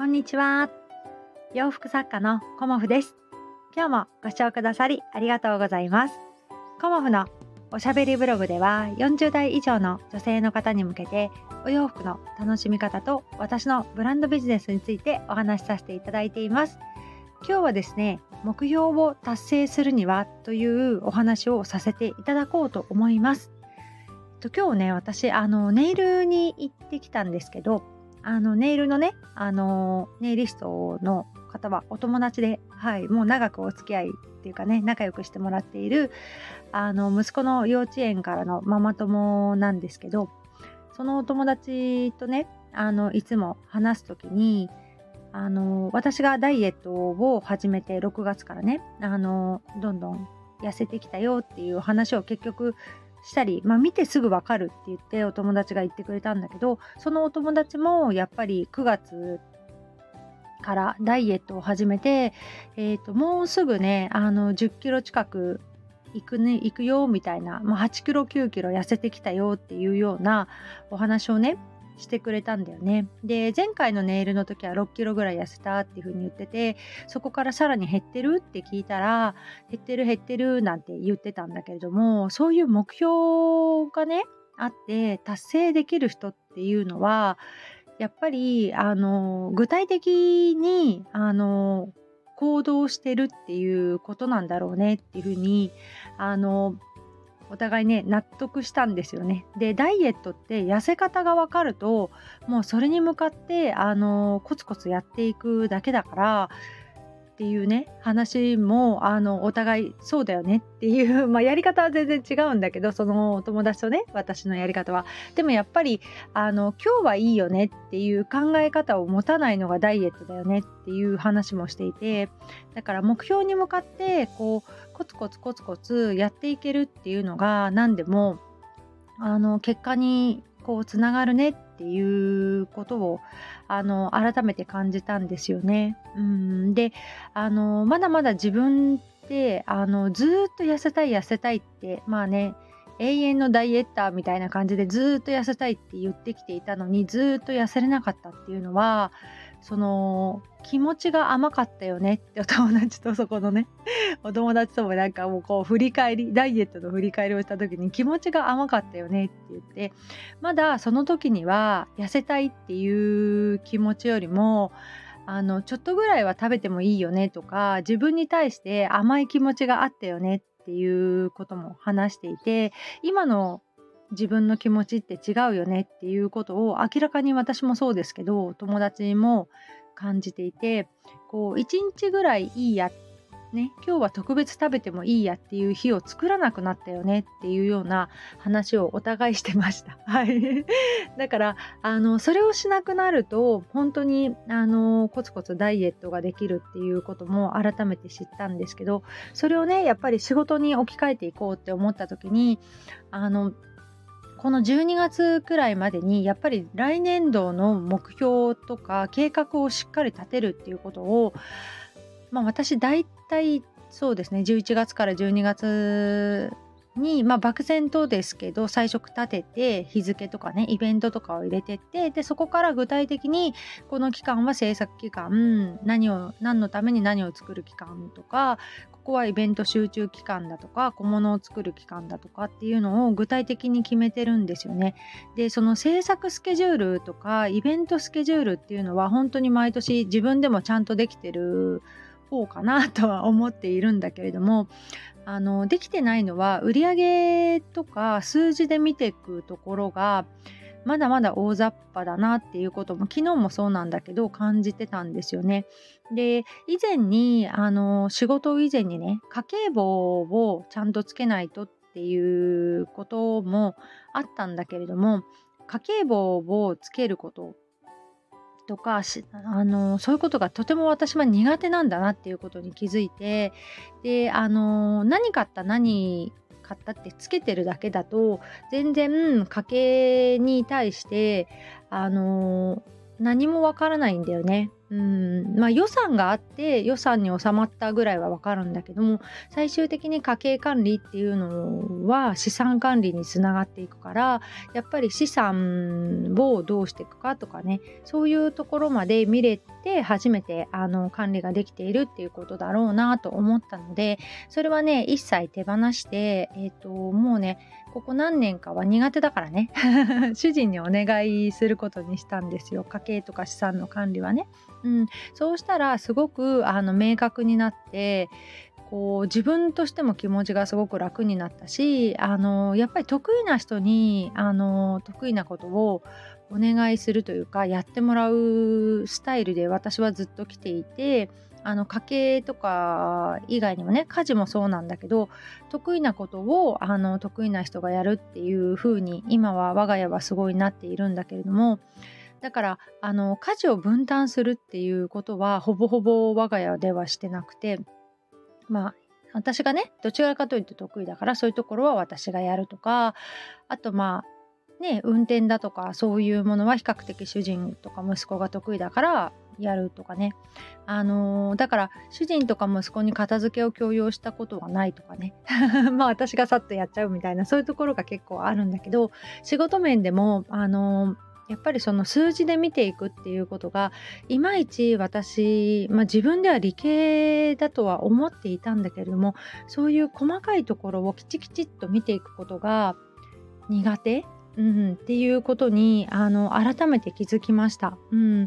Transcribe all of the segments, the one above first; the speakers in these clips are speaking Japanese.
んにちは。洋服作家のコモフです。今日もご視聴くださりありがとうございます。コモフのおしゃべりブログでは40代以上の女性の方に向けてお洋服の楽しみ方と私のブランドビジネスについてお話しさせていただいています。今日はですね、目標を達成するにはというお話をさせていただこうと思います。今日ね、私ネイルに行ってきたんですけど、ネイルのね、ネイリストの方はお友達で、もう長くお付き合いっていうかね、仲良くしてもらっている息子の幼稚園からのママ友なんですけど、そのお友達とね、いつも話すときに私がダイエットを始めて6月からね、どんどん痩せてきたよっていう話を結局したり、見てすぐわかるって言ってお友達が言ってくれたんだけど、そのお友達もやっぱり9月からダイエットを始めて、もうすぐね10キロ近く行くよみたいな、8キロ9キロ痩せてきたよっていうようなお話をねしてくれたんだよね。で、前回のネイルの時は6キロぐらい痩せたっていう風に言ってて、そこからさらに減ってるって聞いたら、減ってるなんて言ってたんだけれども、そういう目標がねあって達成できる人っていうのはやっぱり具体的に行動してるっていうことなんだろうねっていう風にお互いね納得したんですよね。で、ダイエットって痩せ方が分かるともうそれに向かってコツコツやっていくだけだからっていうね話もお互いそうだよねっていう、やり方は全然違うんだけど、そのお友達とね私のやり方はでもやっぱり今日はいいよねっていう考え方を持たないのがダイエットだよねっていう話もしていて、だから目標に向かってこうコツコツやっていけるっていうのが何でも結果にこうつながるねっていうことを改めて感じたんですよね。でまだまだ自分ってずーっと痩せたいって永遠のダイエッターみたいな感じでずーっと痩せたいって言ってきていたのにずーっと痩せれなかったっていうのはその気持ちが甘かったよねってお友達とそこのねお友達ともなんかもうこう振り返りダイエットの振り返りをした時に気持ちが甘かったよねって言って、まだその時には痩せたいっていう気持ちよりもちょっとぐらいは食べてもいいよねとか自分に対して甘い気持ちがあったよねっていうことも話していて、今の自分の気持ちって違うよねっていうことを明らかに私もそうですけど友達も感じていて、こう1日ぐらいいいやね、今日は特別食べてもいいやっていう日を作らなくなったよねっていうような話をお互いしてました。はい。だからそれをしなくなると本当にコツコツダイエットができるっていうことも改めて知ったんですけど、それをねやっぱり仕事に置き換えていこうって思った時にこの12月くらいまでにやっぱり来年度の目標とか計画をしっかり立てるっていうことを私だいたいそうですね11月から12月に漠然とですけど最初立てて日付とかねイベントとかを入れてって、でそこから具体的にこの期間は制作期間、何のために何を作る期間とか、ここはイベント集中期間だとか小物を作る期間だとかっていうのを具体的に決めてるんですよね。でその制作スケジュールとかイベントスケジュールっていうのは本当に毎年自分でもちゃんとできてる方かなとは思っているんだけれども、できてないのは売上とか数字で見ていくところがまだまだ大雑把だなっていうことも昨日もそうなんだけど感じてたんですよね。で以前に仕事以前にね家計簿をちゃんとつけないとっていうこともあったんだけれども、家計簿をつけることとかそういうことがとても私は苦手なんだなっていうことに気づいて、で何買ったってつけてるだけだと全然家計に対して何もわからないんだよね。 予算があって予算に収まったぐらいはわかるんだけども、最終的に家計管理っていうのは資産管理につながっていくから、やっぱり資産をどうしていくかとかね、そういうところまで見れて初めて管理ができているっていうことだろうなと思ったので、それはね一切手放して、もうねここ何年かは苦手だからね主人にお願いすることにしたんですよ、家計とか資産の管理はね。そうしたらすごく明確になって、こう自分としても気持ちがすごく楽になったし、やっぱり得意な人に得意なことをお願いするというかやってもらうスタイルで私はずっと来ていて、家計とか以外にもね、家事もそうなんだけど、得意なことを得意な人がやるっていう風に今は我が家はすごいなっているんだけれども、だから家事を分担するっていうことはほぼほぼ我が家ではしてなくて、私がねどちらかというと得意だからそういうところは私がやるとか、あと運転だとかそういうものは比較的主人とか息子が得意だからやるとかね、だから主人とか息子に片付けを強要したことはないとかね私がさっとやっちゃうみたいな、そういうところが結構あるんだけど、仕事面でもやっぱりその数字で見ていくっていうことがいまいち私、自分では理系だとは思っていたんだけれども、そういう細かいところをきちきちっと見ていくことが苦手、っていうことに改めて気づきました。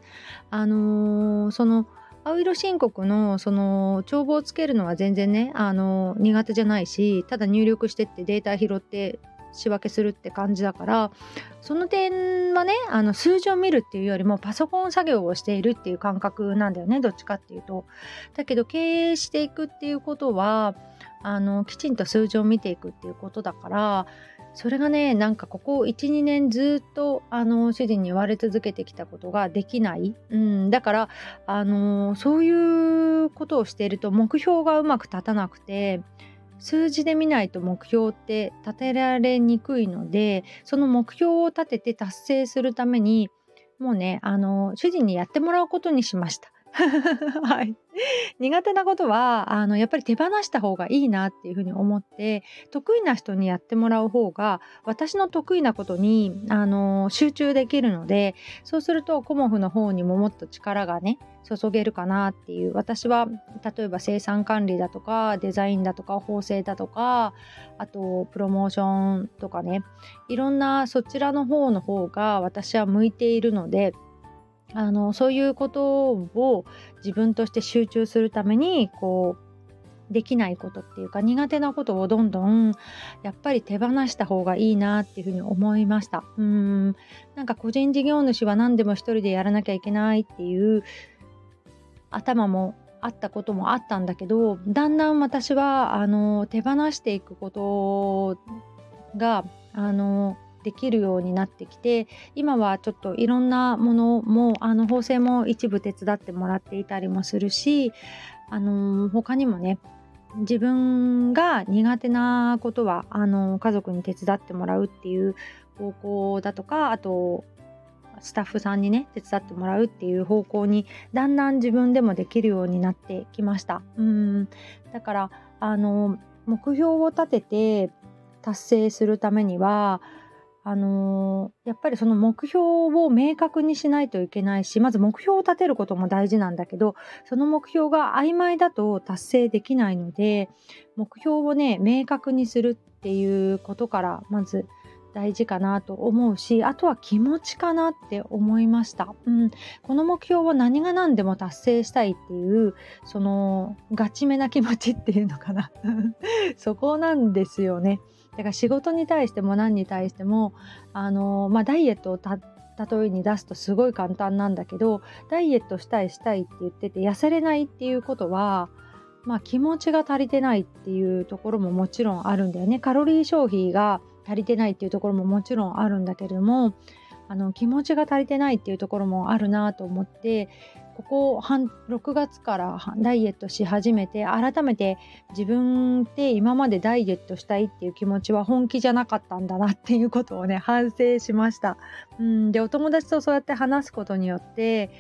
その青色申告のその帳簿をつけるのは全然ね苦手じゃないし、ただ入力してってデータ拾って仕分けするって感じだから、その点はね数字を見るっていうよりもパソコン作業をしているっていう感覚なんだよね、どっちかっていうと。だけど経営していくっていうことはきちんと数字を見ていくっていうことだから、それがねなんかここ 1,2 年ずっと主人に言われ続けてきたことができない、だからそういうことをしていると目標がうまく立たなくて、数字で見ないと目標って立てられにくいので、その目標を立てて達成するためにもうね主人にやってもらうことにしましたはい、苦手なことはやっぱり手放した方がいいなっていうふうに思って、得意な人にやってもらう方が私の得意なことに集中できるので、そうするとコモフの方にももっと力がね注げるかなっていう。私は例えば生産管理だとかデザインだとか縫製だとか、あとプロモーションとかね、いろんなそちらの方が私は向いているので、そういうことを自分として集中するためにできないことっていうか苦手なことをどんどんやっぱり手放した方がいいなっていうふうに思いました。なんか個人事業主は何でも一人でやらなきゃいけないっていう頭もあったこともあったんだけど、だんだん私は手放していくことができるようになってきて、今はちょっといろんなものも縫製も一部手伝ってもらっていたりもするし、他にもね自分が苦手なことは家族に手伝ってもらうっていう方向だとか、あとスタッフさんにね手伝ってもらうっていう方向にだんだん自分でもできるようになってきました。だから目標を立てて達成するためにはやっぱりその目標を明確にしないといけないし、まず目標を立てることも大事なんだけど、その目標が曖昧だと達成できないので、目標をね明確にするっていうことからまず大事かなと思うし、あとは気持ちかなって思いました。この目標を何が何でも達成したいっていうそのガチめな気持ちっていうのかなそこなんですよね。だから仕事に対しても何に対してもダイエットを例えに出すとすごい簡単なんだけど、ダイエットしたいって言ってて痩せれないっていうことは気持ちが足りてないっていうところももちろんあるんだよね。カロリー消費が足りてないっていうところももちろんあるんだけれども、気持ちが足りてないっていうところもあるなと思って、ここ6月からダイエットし始めて改めて自分って今までダイエットしたいっていう気持ちは本気じゃなかったんだなっていうことをね反省しました。でお友達とそうやって話すことによって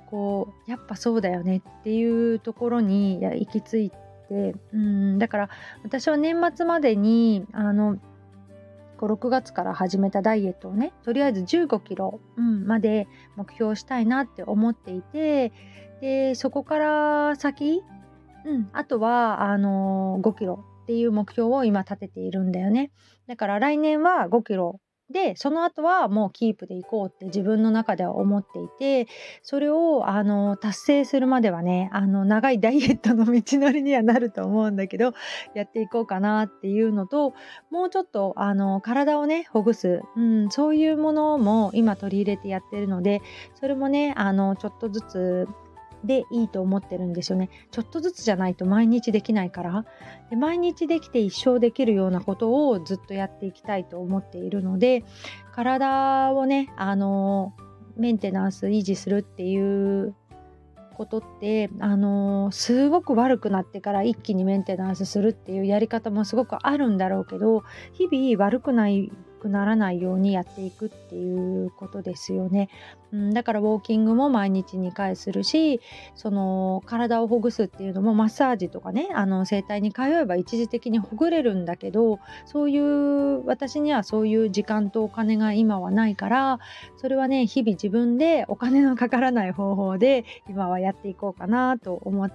やっぱそうだよねっていうところに行き着いて、だから私は年末までに6月から始めたダイエットをね、とりあえず15キロ、まで目標したいなって思っていて、でそこから先、あとは5キロっていう目標を今立てているんだよね。だから来年は5キロで、その後はもうキープでいこうって自分の中では思っていて、それを達成するまではね、長いダイエットの道のりにはなると思うんだけど、やっていこうかなっていうのと、もうちょっと体をねほぐす、そういうものも今取り入れてやってるので、それもねちょっとずつでいいと思ってるんですよね。ちょっとずつじゃないと毎日できないから。で、毎日できて一生できるようなことをずっとやっていきたいと思っているので、体をねメンテナンス維持するっていうことってすごく悪くなってから一気にメンテナンスするっていうやり方もすごくあるんだろうけど、日々悪くならないようにやっていくっていうことですよね。だからウォーキングも毎日2回するし、その体をほぐすっていうのもマッサージとかね、整体に通えば一時的にほぐれるんだけど、私にはそういう時間とお金が今はないから、それはね日々自分でお金のかからない方法で今はやっていこうかなと思って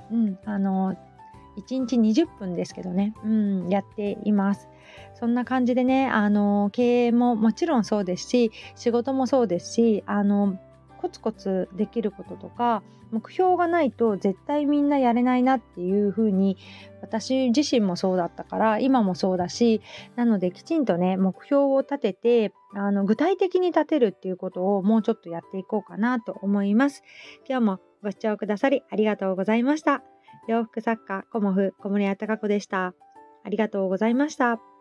、1日20分ですけどね、やっています。そんな感じでね、経営ももちろんそうですし、仕事もそうですし、コツコツできることとか、目標がないと絶対みんなやれないなっていう風に、私自身もそうだったから、今もそうだし、なのできちんとね、目標を立てて、具体的に立てるっていうことをもうちょっとやっていこうかなと思います。今日もご視聴くださりありがとうございました。洋服作家コモフ小森屋隆子でした。ありがとうございました。